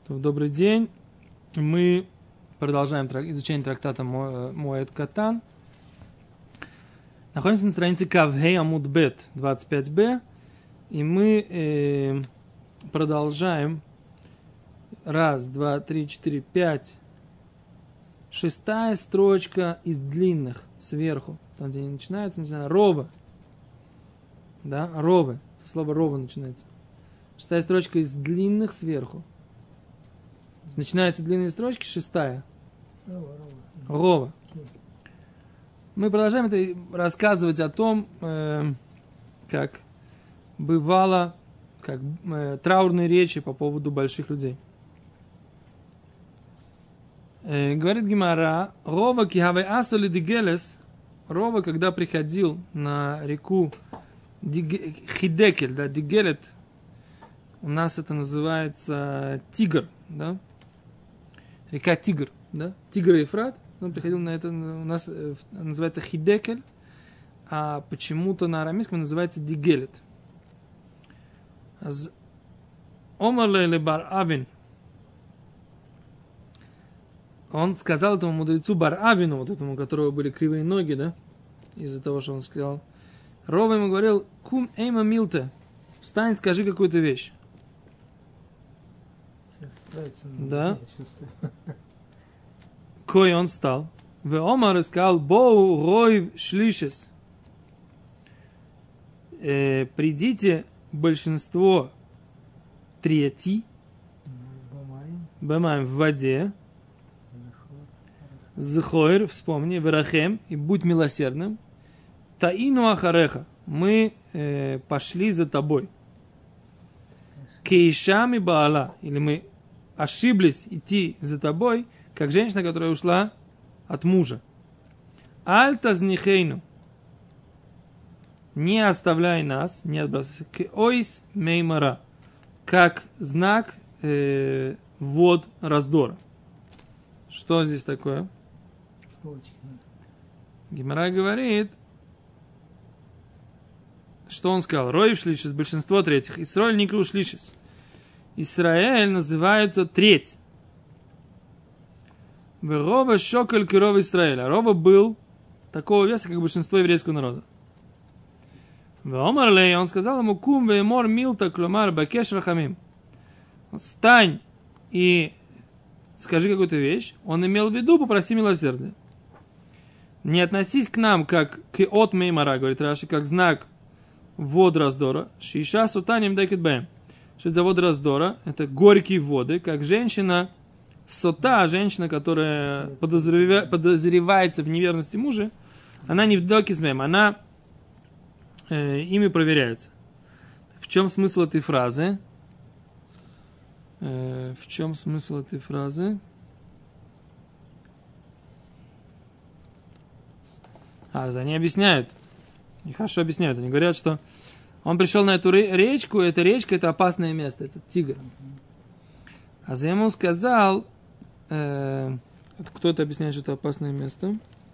Добрый день. Мы продолжаем изучение трактата Моэд Катан. Находимся на странице Кавхей Амуд Бет 25b. И мы продолжаем. Раз, два, три, четыре, пять. Шестая строчка из длинных сверху. Там, где они начинаются, не знаю, рова. Да, ровы. Со слова рова начинается. Шестая строчка из длинных сверху. Начинаются длинные строчки, шестая. Рова. Мы продолжаем это рассказывать о том, как бывало, траурные речи по поводу больших людей. Говорит Гемара, Рова кихавей асали дигелес, Рова, когда приходил на реку Хидекель, да, Дигелет, у нас это называется Тигр, да? Река Тигр, да? Тигр и Ефрат. Он приходил на это, у нас называется Хидекель, а почему-то на арамейском называется Дигелет. Омар ле бар Авин. Он сказал этому мудрецу бар Авину, вот этому, у которого были кривые ноги, да? Из-за того, что он сказал. Рова ему говорил, кум эйма милте. Встань, скажи какую-то вещь. Да. Кой он встал. В Омар сказал, боу рой шлишес. Придите большинство трети. Бамаем в воде. Зхойр, вспомни, верахем, и будь милосердным. Таину ахареха. Мы пошли за тобой. Кейшами баала. Или мы ошиблись идти за тобой, как женщина, которая ушла от мужа. Альтазнихейну. Не оставляй нас, не отбрасывай. Кеойс меймара. Как знак вод раздора. Что здесь такое? Гемара говорит, что он сказал? Роев шлишес, большинство третьих. Исраэль никру шлишес. Исраэль называются треть. Рова шоколь киров Исраэля. Рова был такого веса, как большинство еврейского народа. Он сказал ему, кум вемор милта кломар бакеш рахамим. Встань и скажи какую-то вещь. Он имел в виду, попроси милосердия. Не относись к нам, как к от меймара, говорит Раши, как знак вод раздора. Шиша сутаним декет бэм. Что это за воды раздора? Это горькие воды, как женщина сота, женщина, которая подозревается в неверности мужа, она не в декет бэм, она ими проверяется. В чем смысл этой фразы? В чем смысл этой фразы? Они объясняют. И хорошо объясняют. Они говорят, что он пришел на эту речку, эта речка, это опасное место, это Тигр. А за ему сказал, кто-то объясняет, что это опасное место.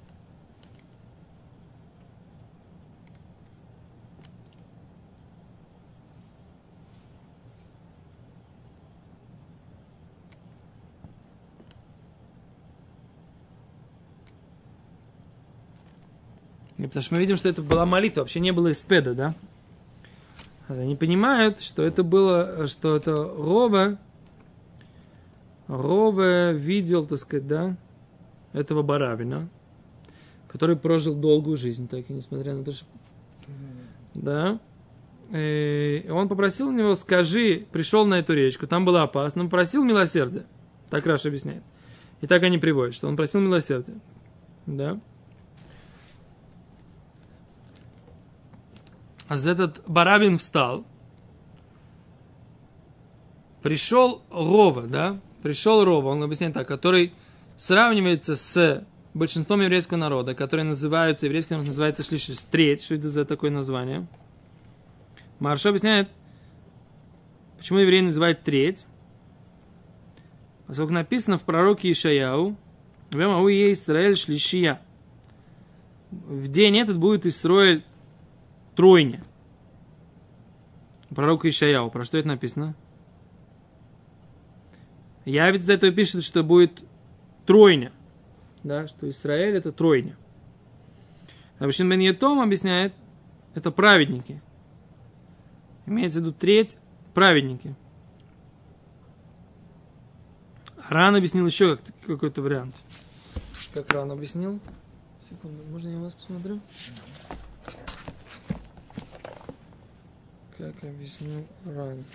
Потому что мы видим, что это была молитва, вообще не было испеда, да? Они понимают, что это было, что это Рова видел, так сказать, да, этого Барабина, который прожил долгую жизнь, так и несмотря на то, что... Да. И он попросил у него, скажи, пришел на эту речку, там было опасно, он просил милосердия. Так Раша объясняет. И так они приводят, что он просил милосердия. Да. Этот Барабин встал, пришел Рова, да, он объясняет так, который сравнивается с большинством еврейского народа, который называется, еврейский народ называется шлишес, треть, что это за такое название. Маршо объясняет, почему евреи называют треть, поскольку написано в пророке Ишаяу, «Вемау е Исраэль шлишия». В день этот будет Исраэль тройня. Пророка Ишаяу. Про что это написано? Явец из этого пишет, что будет тройня. Да, что Израиль это тройня. Рабишин бен Йетом объясняет, это праведники. Имеется в виду треть праведники. Ран объяснил еще какой-то вариант. Как Ран объяснил? Секунду, можно я вас посмотрю? Как объяснил Ран?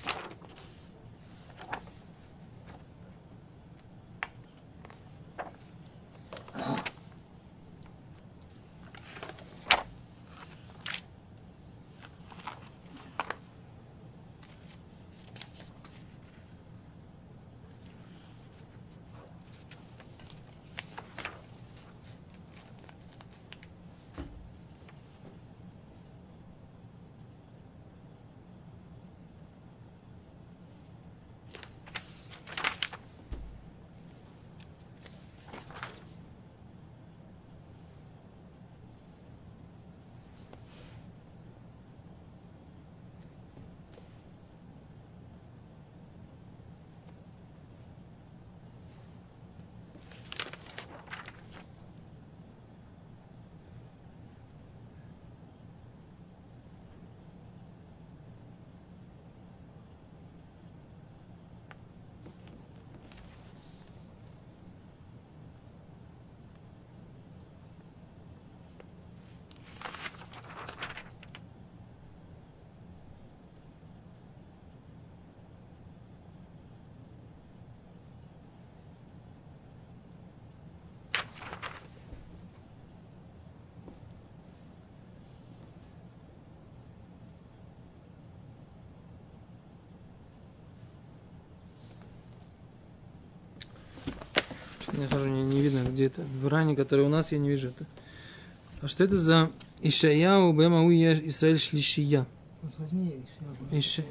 Я хожу, не видно где-то. В ране, который у нас, я не вижу это. А что это за Ишаяу Бэмау Исраэль Шлишия? Вот возьми Ишаяу.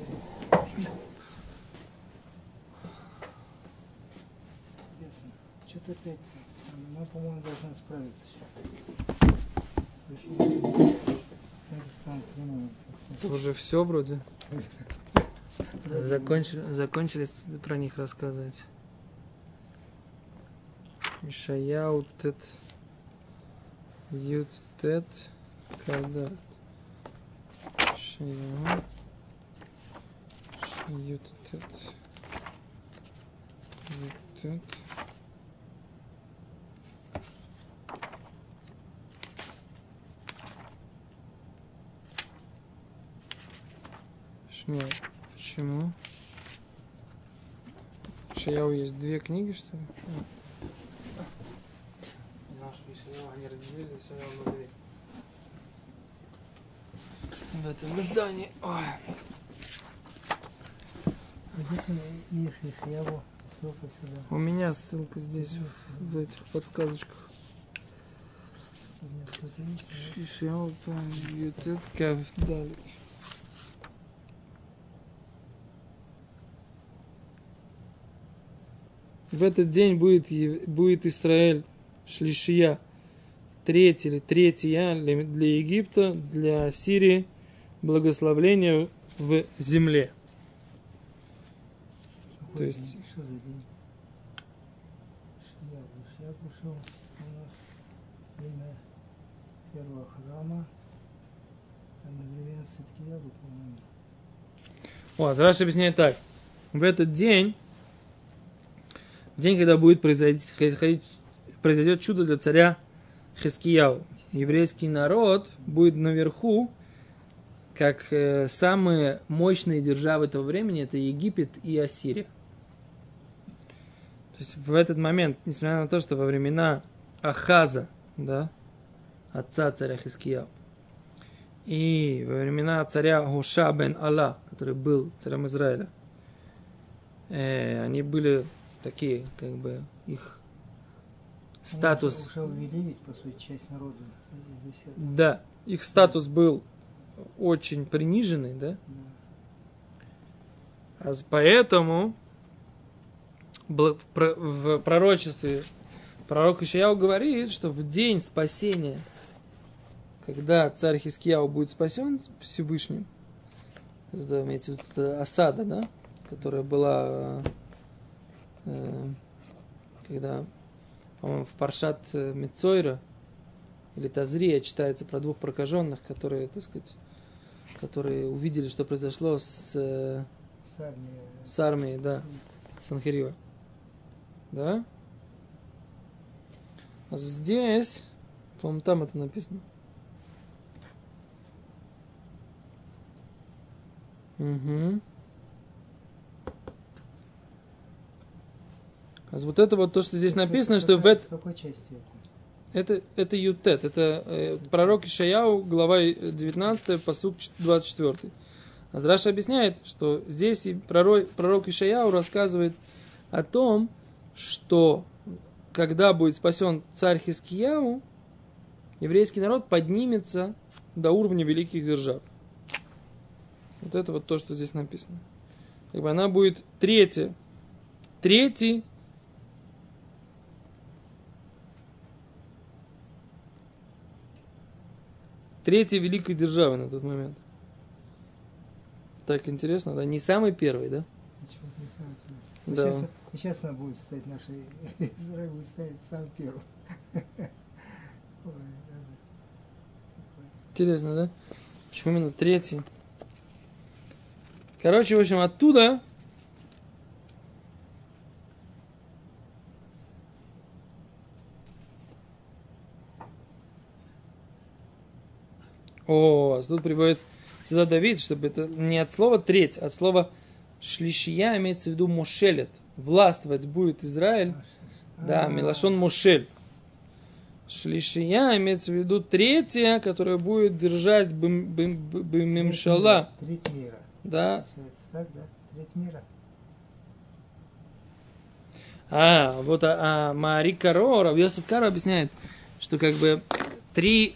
Ясно. Что-то опять. Она, по-моему, должна справиться сейчас. Это сам понимаю. Уже все вроде. Закончили про них рассказывать. Ишаяу тет ют тет кадат. Ишаяу ют тет ют тет. Нет, почему? Ишаяу есть две книги, что ли? Они разделили Ишаяу на две. В этом издании. Ой. Где ты видишь Ишаяу? Ссылка сюда. У меня ссылка здесь, в этих подсказочках. Ишаяу ютет кав далит. В этот день будет Израиль Шлишия, третий или третья для Египта, для Сирии, благословление в земле. То есть... Что за день? Шияу ушел у нас время первого храма, одновременно с Циткиягу, по-моему. О, Раши объясняет так. В этот день, когда будет произойдет чудо для царя Хискияу, еврейский народ будет наверху, как самые мощные державы этого времени, это Египет и Ассирия. То есть в этот момент, несмотря на то, что во времена Ахаза, да, отца царя Хискияу, и во времена царя Хоша бен Алла, который был царем Израиля, они были такие, как бы, их статус... Уже увели ведь, по сути, часть народа здесь. Да, их статус был очень приниженный, да? А поэтому в пророчестве пророк Ишаяу говорит, что в день спасения, когда царь Хискияу будет спасен Всевышним, это имеется в виду осада, да, которая была когда, по-моему, в Паршат Мицойра или Тазрия читается про двух прокаженных, которые, так сказать, которые увидели, что произошло с армией, да, Санхерива. Да? А здесь, по-моему, там это написано. Угу. А вот это вот то, что здесь написано, что в какой части это Ютет, это пророк Ишаяу, глава 19, пасук 24. А Раша объясняет, что здесь и пророк Ишаяу рассказывает о том, что когда будет спасен царь Хизкияу, еврейский народ поднимется до уровня великих держав. Вот это вот то, что здесь написано. Как бы она будет третьей великой державы на тот момент. Так интересно, да? Не самый первый, да? Почему не самый первый? Да. Сейчас она будет стоять, наша Израиль будет стоять самый первый. Интересно, да? Почему именно третий? Короче, в общем, оттуда тут приводит сюда Давид, чтобы это не от слова треть, а от слова шлишия, имеется в виду мошелет. Властвовать будет Израиль. Да, милашон мошель. Шлишия имеется в виду третья, которая будет держать бимшала. Треть мира. Да. Так, да? Треть мира. Вот Маари Каро, Рав Йосеф Каро объясняет, что как бы три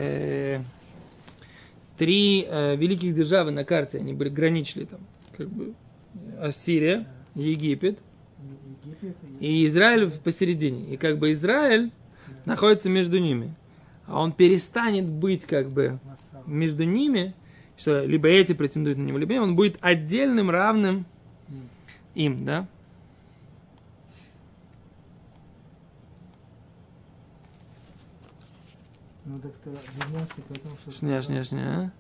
великих державы на карте, они были граничили там, как бы Ассирия, Египет и Израиль посередине. И как бы Израиль находится между ними. А он перестанет быть как бы между ними, что либо эти претендуют на него, либо он будет отдельным, равным им, да? Ну так ты вернемся к этому, что... Шня.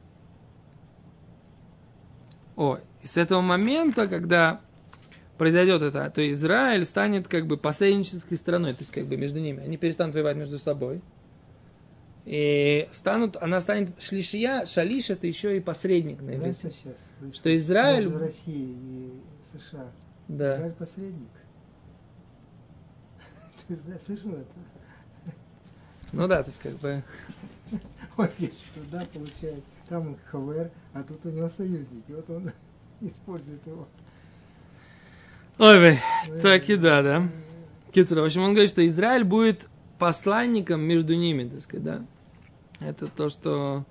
И с этого момента, когда произойдет это, то Израиль станет как бы посреднической страной, то есть как бы между ними. Они перестанут воевать между собой. И она станет шлишия, шалиш это еще и посредник на иврите. Что Израиль... Между Россией и США. Да. Израиль посредник. Ты слышал это? Ну да, то есть как бы... Он едет туда, получает, там он хавер, а тут у него союзник, и вот он использует его. Ой, так и да. Кицура, в общем, он говорит, что Израиль будет посланником между ними, так сказать, да. Это то, что...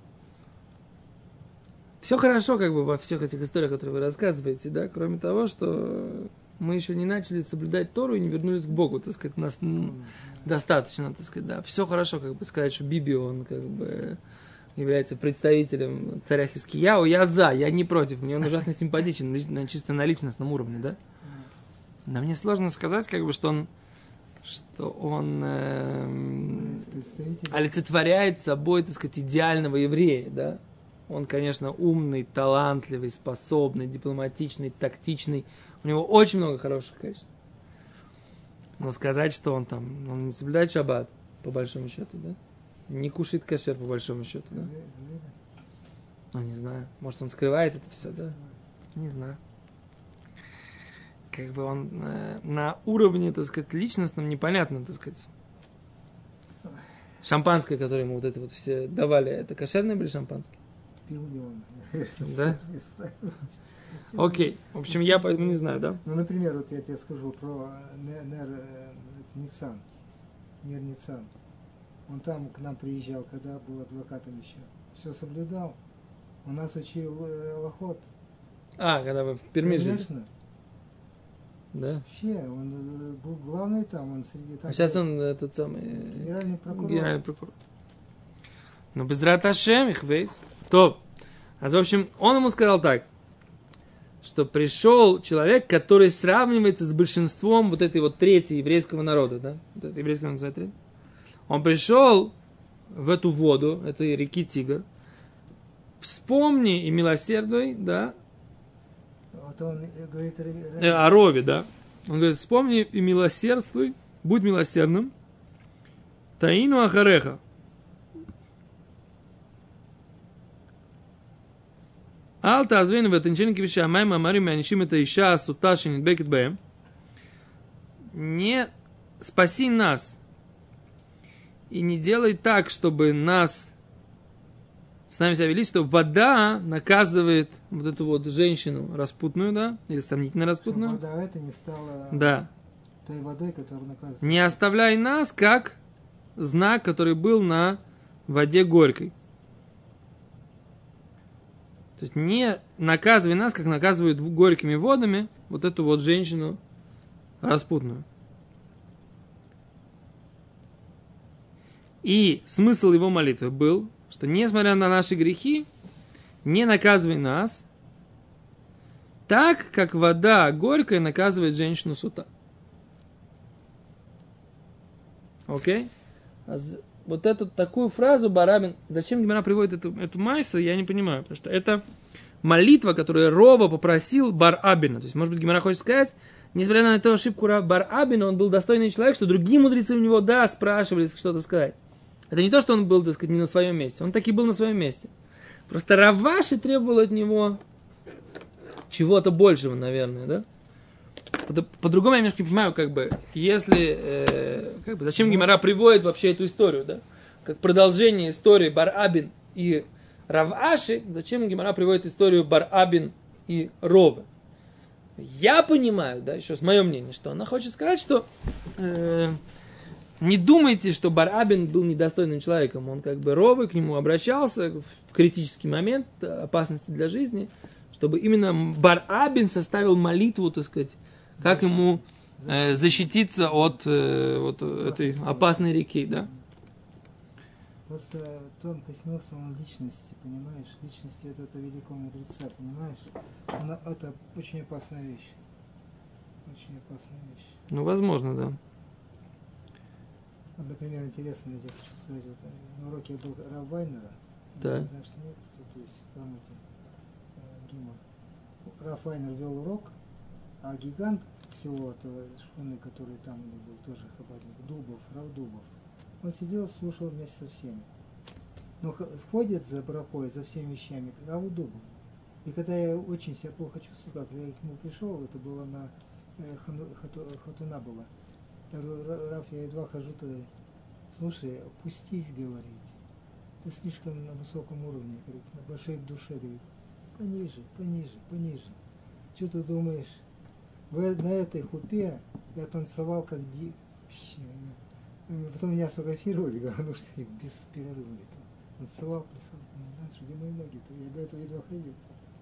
Все хорошо, как бы, во всех этих историях, которые вы рассказываете, да, кроме того, что мы еще не начали соблюдать Тору и не вернулись к Богу, так сказать, нас достаточно, так сказать, да. Все хорошо, как бы, сказать, что Биби, он, как бы, является представителем царя Хизкияу, я не против, мне он ужасно симпатичен, чисто на личностном уровне, да. Но мне сложно сказать, как бы, что он олицетворяет собой, так сказать, идеального еврея, да. Он, конечно, умный, талантливый, способный, дипломатичный, тактичный. У него очень много хороших качеств. Но сказать, что он не соблюдает шаббат, по большому счету, да? Не кушает кашер, по большому счету, да? Ну, не знаю. Может, он скрывает это все, да? Не знаю. Как бы он на уровне, так сказать, личностном непонятно, так сказать. Шампанское, которое ему вот это вот все давали, это кошерное были шампанское? Пил ли он? Да? Окей. В общем, я поэтому не знаю, да? Ну, например, вот я тебе скажу про Нер Ницан. Он там к нам приезжал, когда был адвокатом еще. Все соблюдал. Он нас учил алахот. Когда вы в Перми жили? Конечно. Да? Вообще, он был главный там, он среди... А сейчас он этот самый... Генеральный прокурор. Ну, без раташем их весь. То. В общем, он ему сказал так, что пришел человек, который сравнивается с большинством вот этой вот трети еврейского народа, да? Вот это еврейское народа. Он пришел в эту воду, этой реки Тигр, вспомни и милосердуй, да? Вот он говорит О рове, да? Он говорит, вспомни и милосердствуй, будь милосердным. Таину ахареха. Алта азвейну ватанченки веща майма марима анишим это иша суташи нидбекет бэм. Не спаси нас и не делай так, чтобы нас с нами себя вели, что вода наказывает вот эту вот женщину распутную, да, или сомнительно распутную. Чтобы вода это не стала да. той водой, которая наказывает. Не оставляй нас, как знак, который был на воде горькой. То есть не наказывай нас, как наказывают горькими водами вот эту вот женщину распутную. И смысл его молитвы был, что несмотря на наши грехи, не наказывай нас так, как вода горькая наказывает женщину сута. Окей? Вот эту такую фразу Барабин, зачем Гемара приводит эту майсу, я не понимаю, потому что это молитва, которую Рова попросил Бар-Абина. То есть, может быть, Гемара хочет сказать, несмотря на эту ошибку Бар-Абина, он был достойный человек, что другие мудрецы у него, да, спрашивали что-то сказать. Это не то, что он был, так сказать, не на своем месте. Он таки был на своем месте. Просто Раваши требовал от него чего-то большего, наверное, да? По-другому я немножко не понимаю, как бы, если, зачем Гемара приводит вообще эту историю, да? Как продолжение истории Бар-Абин и Раваши, зачем Гемара приводит историю Бар-Абин и Ровы? Я понимаю, да, еще с мое мнение, что она хочет сказать, что не думайте, что Бар-Абин был недостойным человеком. Он как бы Ровы к нему обращался в критический момент опасности для жизни, чтобы именно Бар-Абин составил молитву, так сказать, как ему защититься от вот этой опасной реки, да? Просто тонкость смысла он личности, понимаешь? Личности это великого мудреца, понимаешь? Это очень опасная вещь. Очень опасная вещь. Ну, возможно, да. Вот, например, интересно, я хочу сказать, вот, на уроке был Рав Вайнера. Да. Не знаю, что нет, тут есть в Прамуте Гимон. Рав Вайнер вел урок, а гигант всего этого шхуны, который там был тоже хабадник, Рав Дубов, он сидел, слушал вместе со всеми. Но ходит за брахой, за всеми вещами, к Раву Дубу. И когда я очень себя плохо чувствовал, когда я к нему пришел, это было на Хатуна была. Я говорю, Раф, я едва хожу туда. Слушай, опустись, говорит. Ты слишком на высоком уровне, говорит, на большой душе, говорит. Пониже, пониже, пониже. Что ты думаешь? На этой хупе я танцевал как Потом меня сфотографировали, потому что я без перерыва летал. Танцевал, плясал. Знаешь, где мои ноги-то? Я до этого едва ходил.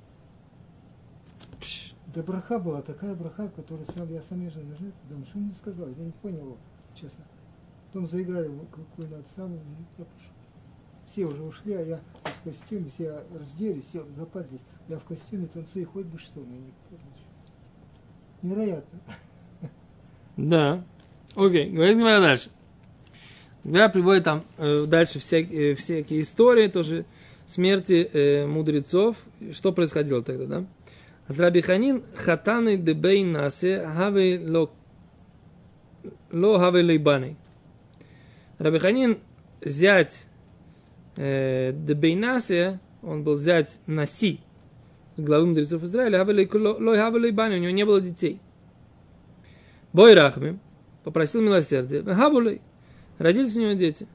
Да браха была такая браха, которую я сам не знаю. Думаю, что он мне сказал? Я не понял его, честно. Потом заиграли какой надо самый, я пошел. Все уже ушли, а я в костюме, все разделись, все запарились. Я в костюме танцую, хоть бы что, мне не понял. Невероятно. Да. Окей, говорим дальше. Гемара приводит там дальше всякие истории, тоже смерти мудрецов. Что происходило тогда, да? С Раби Ханин хатаны дебей насе хавей ло хавей лейбаны. Раби Ханин зять дебей насе, он был зять Наси, главы мудрецов Израиля, хавей ло лейбаны, у него не было детей. Бой Рахмим попросил милосердия, хавулей, родились у него дети.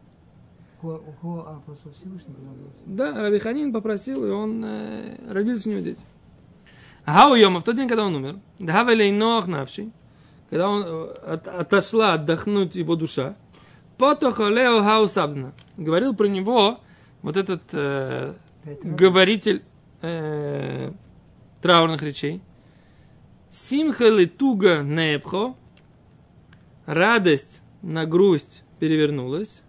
Да, Раби Ханин попросил, и он родились у него дети. Гау Йома, в тот день, когда он умер, Дхавелей Ноах Навши, когда он отошла отдохнуть его душа, Потохолео Гау Сабдна, говорил про него вот этот говоритель траурных речей, Симхали Туга Непхо, радость на грусть перевернулась,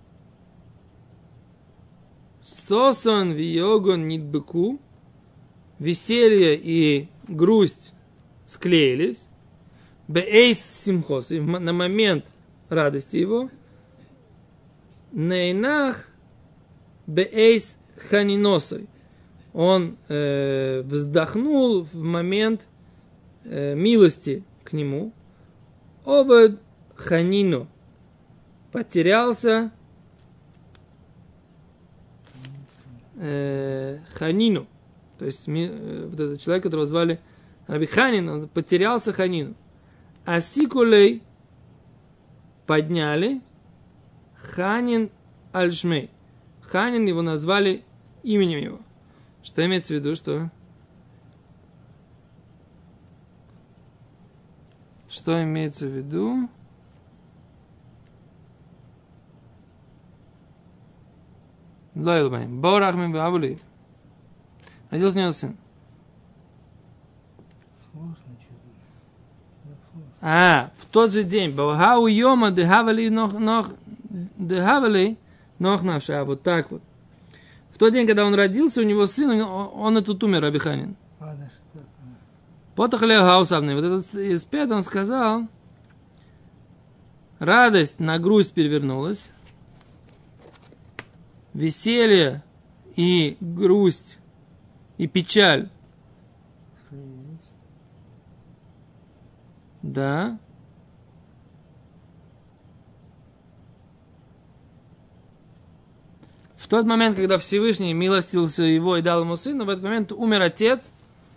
Сосон Виогон Нидбеку, веселье и грусть склеились. Беэйс симхос, и на момент радости его. Нейнах беэйс ханиносой. Он вздохнул в момент милости к нему. Обед ханину. Потерялся ханину. То есть вот этот человек, которого звали Раби Ханин, он потерялся ханину. А сикулей подняли Ханин аль-Шмей. Ханин его назвали именем его. Что имеется в виду, что? Что имеется в виду? Баурахмин Бавули. Родился у него сын. В тот же день. Баугау йома дехавали нох навша. Вот так вот. В тот день, когда он родился, у него сын, он и тут умер, Раби Ханин. Потохлео хаусавный. Вот этот испед, он сказал, радость на грусть перевернулась, веселье и грусть и печаль. Да. В тот момент, когда Всевышний милостился его и дал ему сына, в этот момент умер отец,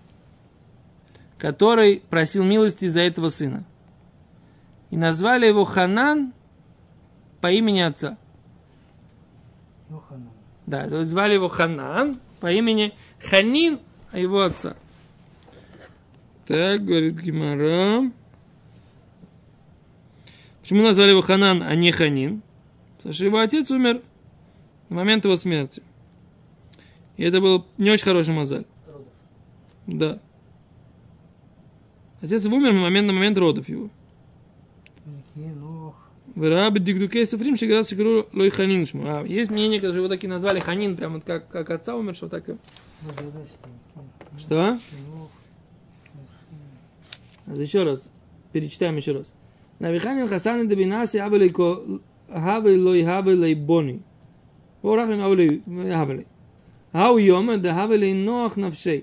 который просил милости за этого сына. И назвали его Ханан по имени отца. Йоханан. Да, то есть звали его Ханан по имени Ханин, а его отца. Так, говорит Гемара. Почему назвали его Ханан, а не Ханин? Потому что его отец умер в момент его смерти. И это был не очень хороший мазаль. Да. Отец его умер на момент родов его. Есть мнение, которые его таки назвали Ханин, прямо как отца умершего, так и... Что? Еще раз. Перечитаем еще раз. Навиханин Хасан и Дебинаси Хавелой Хавелей Бони. Порахим Хавелей. Хау Йома да Хавелей Ноах Навшей.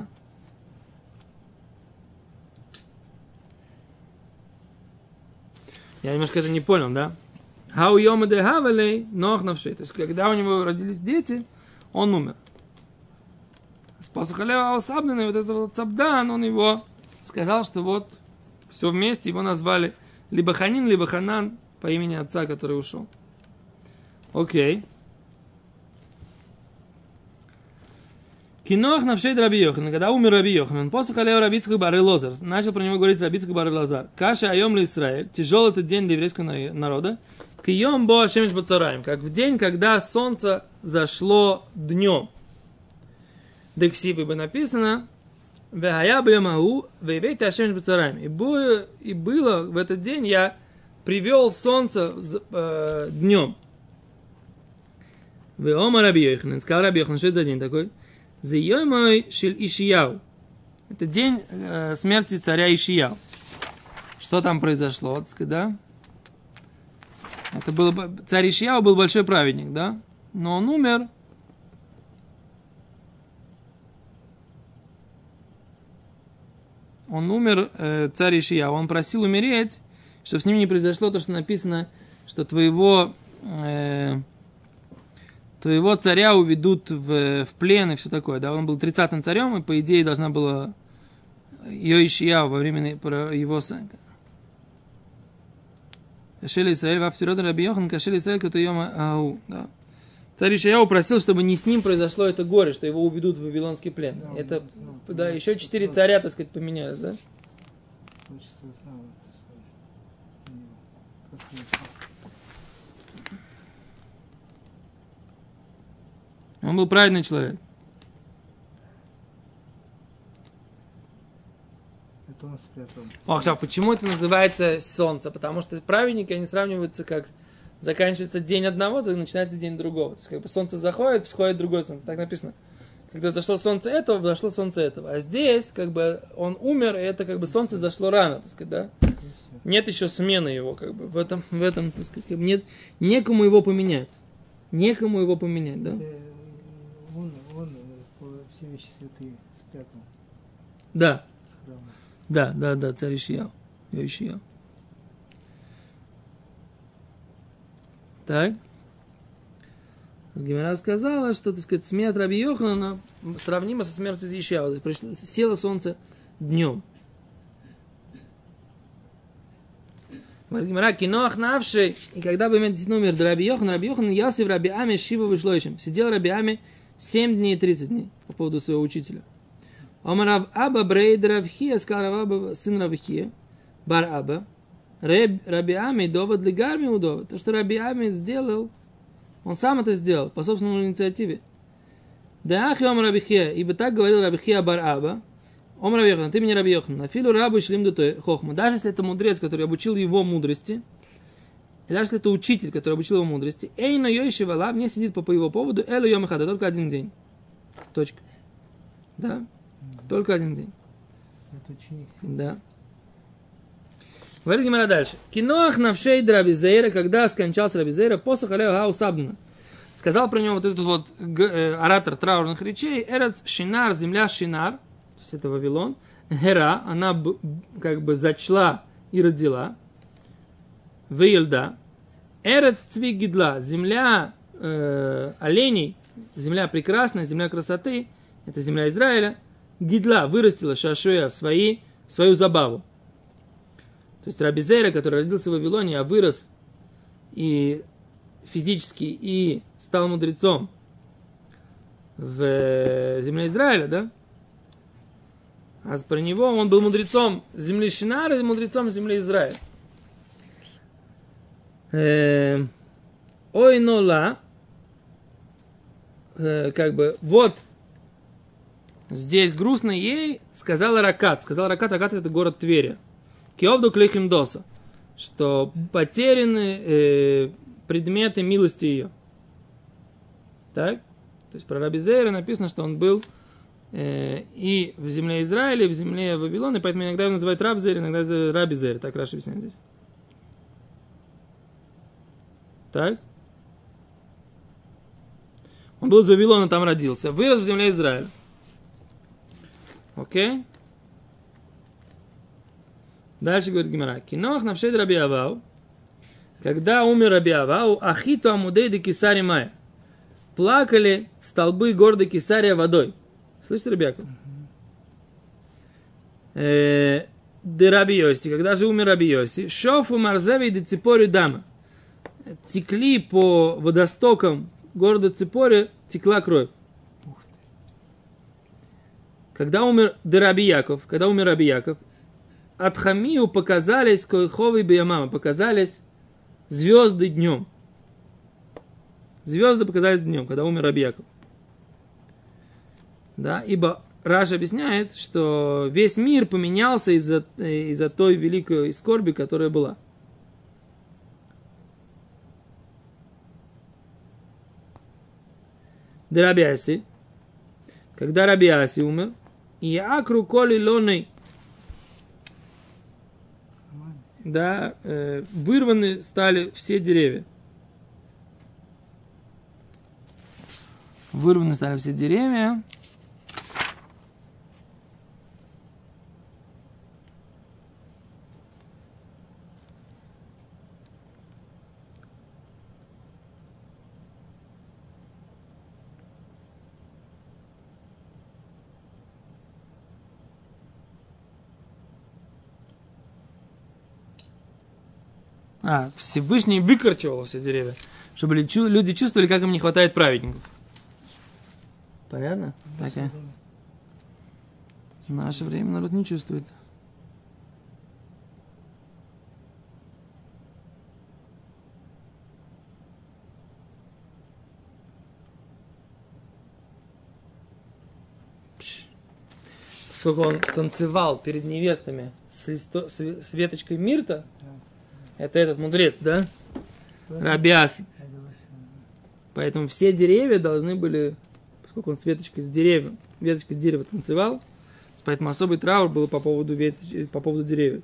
Я немножко это не понял, да? Хау Йома да Хавелей Ноах Навшей. То есть, когда у него родились дети, он умер. Спасахалева Аусабдана, вот этот вот Цабдан, он его сказал, что вот все вместе его назвали либо Ханин, либо Ханан по имени отца, который ушел. Окей. Кинох навшей Раби Йохан. Когда умер Раби Йохан, он посохалева Раби Ицхак бар Элозар. Начал про него говорить Раби Ицхак бар Элозар. Каша айом ли Исраэль. Тяжелый этот день для еврейского народа. Кием бо ашемиш бацараем. Как в день, когда солнце зашло днем. Дексибы бы написано. И было в этот день, я привел солнце днем. Раби Йохан, сказал Раби Йохан, что это за день такой? Это день смерти царя Ишияу. Что там произошло, так сказать, да? Это был, царь Ишияу был большой праведник, да? Но он умер. Он умер, царь Ишияу. Он просил умереть, чтобы с ним не произошло то, что написано, что твоего царя уведут в плен и все такое. Да? Он был 30-м царем, и по идее должна была ее Ишияу во время его... Кашели Исраэль, вафтирот Раби Йохан, кашели Исраэль, кото йома ау. Царь Ишияу просил, чтобы не с ним произошло это горе, что его уведут в вавилонский плен. Да, это, да, еще 4 царя, так сказать, поменялись, да? Он был праведный человек. Это он спрятал. Почему это называется солнце? Потому что праведники, они сравниваются как... Заканчивается день одного, начинается день другого. То есть, как бы солнце заходит, всходит другое солнце. Так написано. Когда зашло солнце этого, зашло солнце этого. А здесь, как бы, он умер, и это, как бы, солнце зашло рано, так сказать, да? Нет еще смены его, как бы, в этом, так сказать, как бы, нет, некому его поменять. Некому его поменять, да? Он все вещи святые спрятал. Да. С храма. Да, царь Ишияу. Ишияу. Так. Гемара сказала, что, так сказать, смерть Раби Йоханана сравнима со смертью Ишияу. Село солнце днем. Говорит Гемара, киноах навший, и когда бы действительно умер Раби Йохан Ясив Раби Ами Шива вышлойшим. Сидел Раби Ами 7 дней и 30 дней по поводу своего учителя. Омар Аба Брейд Равхия, сказал Раба, сын Равхия, Бар Аба, Раби Ами довод лигарми удовод. То, что Раби Ами сделал, он сам это сделал, по собственной инициативе. Да ахи Омар Рабихия, ибо так говорил Рабихия Бар Аба, Омар Раби Йохан, ты меня Раби Йохан, афилу рабу шлим дутой хохма. Даже если это мудрец, который обучил его мудрости, и даже если это учитель, который обучил его мудрости, эйно йойши вала, не сидит по его поводу, элу йомахада, только один день. Точка. Да? Только один день. Это ученик. Да. Говорит Гемара дальше. Киноах навшей Раби Зейра, когда скончался Раби Зейра, посох алео хау сабдна. Сказал про него вот этот вот оратор траурных речей, Эрец Шинар, земля Шинар, то есть это Вавилон, Гера, она как бы зачла и родила, Вейлда, Эрец Цвик Гидла, земля оленей, земля прекрасная, земля красоты, это земля Израиля, Гидла вырастила Шашуя свою забаву. То есть Раби Зейра, который родился в Вавилоне, а вырос и физически и стал мудрецом в земле Израиля, да? А про него он был мудрецом земли Шинар и мудрецом земли Израиля. Ой, нола, как бы, вот, здесь грустно ей, сказал Ракат. Ракат это город Тверия. Киовду клейхимдоса, что потеряны предметы милости ее. Так? То есть про Раби Зейра написано, что он был и в земле Израиля, и в земле Вавилона, и поэтому иногда его называют Раб Зейр, иногда называют Раби Зейр. Так Раши объясняет здесь. Так? Он был из Вавилона, там родился. Вырос в земле Израиля. Окей? Дальше говорит Гемара. Кинох навшед Раби Авау. Когда умер Раби Авау, ахиту амудей де Кесари Майя. Плакали столбы города Кесария водой. Слышите, Раби Яков? Де Раби Йоси. Когда же умер Раби Йоси, шофу марзеви де Ципори дама. Текли по водостокам города Ципори, текла кровь. Когда умер Раби Яков, от Хамию показались Койховы и Биямама, показались звезды днем. Звезды показались днем, когда умер Раби Яков. Да, ибо Раш объясняет, что весь мир поменялся из-за той великой скорби, которая была. Раби Аси, когда Раби Аси умер, и акру коли лоной, да, вырваны стали все деревья. Вырваны стали все деревья. Всевышний выкорчевал все деревья, чтобы люди чувствовали, как им не хватает праведников. Понятно? Так, в наше время народ не чувствует. Поскольку он танцевал перед невестами с веточкой мирта, это этот мудрец, да? Раби Аси. Поэтому все деревья должны были, поскольку он с веточкой с деревьев, веточкой дерева танцевал, поэтому особый траур был по поводу деревьев.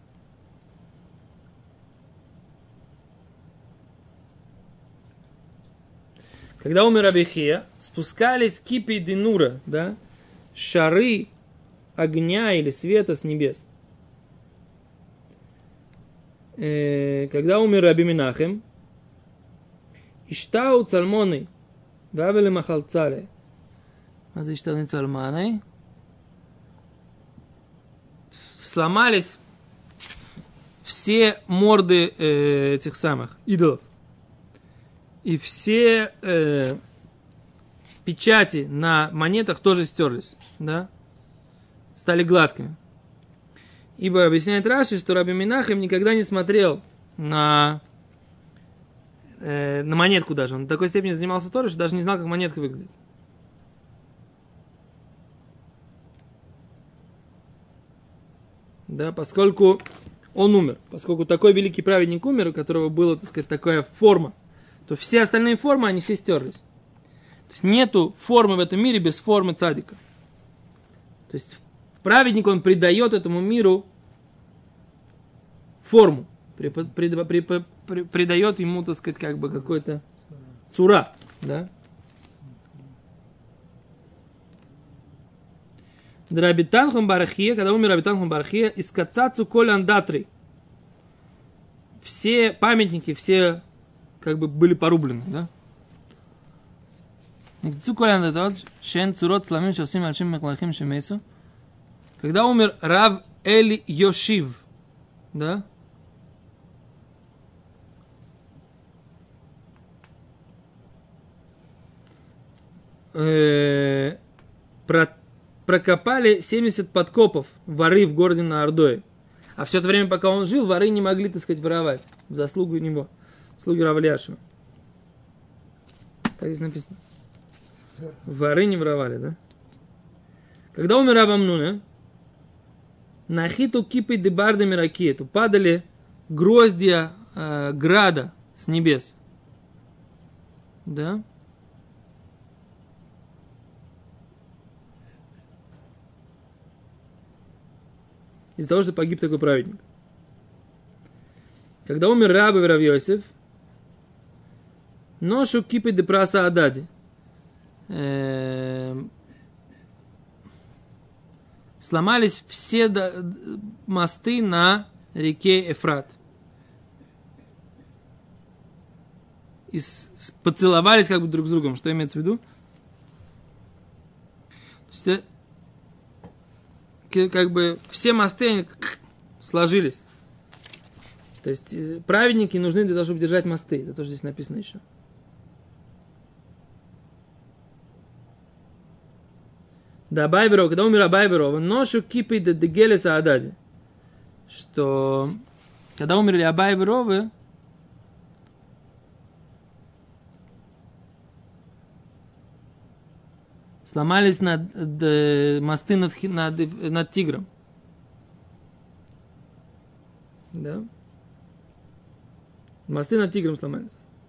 Когда умер Раби Хия, спускались кипи денура, да, шары огня или света с небес. Когда умер Раби Менахем, Иштау цальмоны, вавели махалцале. А за иштаны цальманы? Сломались все морды этих самых идолов. И все печати на монетах тоже стерлись, да? Стали гладкими. Ибо объясняет Раши, что Раби Менахем никогда не смотрел на монетку даже. Он до такой степени занимался Торой, что даже не знал, как монетка выглядит. Да, поскольку он умер, поскольку такой великий праведник умер, у которого была, так сказать, такая форма, то все остальные формы, они все стерлись. То есть нету формы в этом мире без формы цадика. То есть праведник, он придает этому миру форму, придает ему, так сказать, как бы какой-то цура, да? Рабитанхум Барахия, когда умер Рабитанхум Барахия, из Кацацу Коландатри. Все памятники, все как бы были порублены, да? Когда умер Рав Эли Йошив, да? Прокопали 70 подкопов воры в городе Наардое. А все это время, пока он жил, воры не могли, так сказать, воровать. В заслугу него. Слуги Рава Эляшева. Так здесь написано. Воры не воровали, да? Когда умер Рав Амнуна, нахиту кипы дебарды миракиету, падали гроздья града с небес. Да? Из-за того, что погиб такой праведник. Когда умер Раби Рав Йосеф, ношу кипы де праса адади. Сломались все мосты на реке Эфрат. И поцеловались как бы друг с другом. Что имеется в виду? То есть, как бы все мосты сложились. То есть праведники нужны для того, чтобы держать мосты. Это тоже здесь написано еще. Да, Байберов, когда умер Байберов, ношу кипы де дегелеса адади. Что когда умерли Абайберовы, сломались мосты над Тигром. Да? Мосты над Тигром сломались.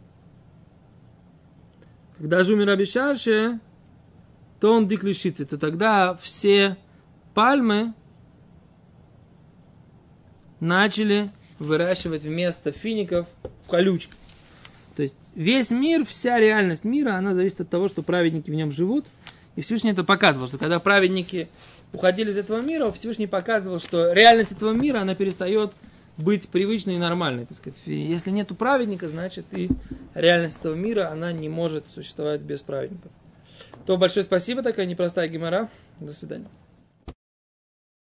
Когда же умер Раби Шарши, то он диклишится, то тогда все пальмы начали выращивать вместо фиников колючки. То есть весь мир, вся реальность мира, она зависит от того, что праведники в нем живут. И Всевышний это показывал, что когда праведники уходили из этого мира, Всевышний показывал, что реальность этого мира, она перестает быть привычной и нормальной. Так сказать. И если нету праведника, значит и реальность этого мира, она не может существовать без праведников. То большое спасибо, такая непростая гемара. До свидания.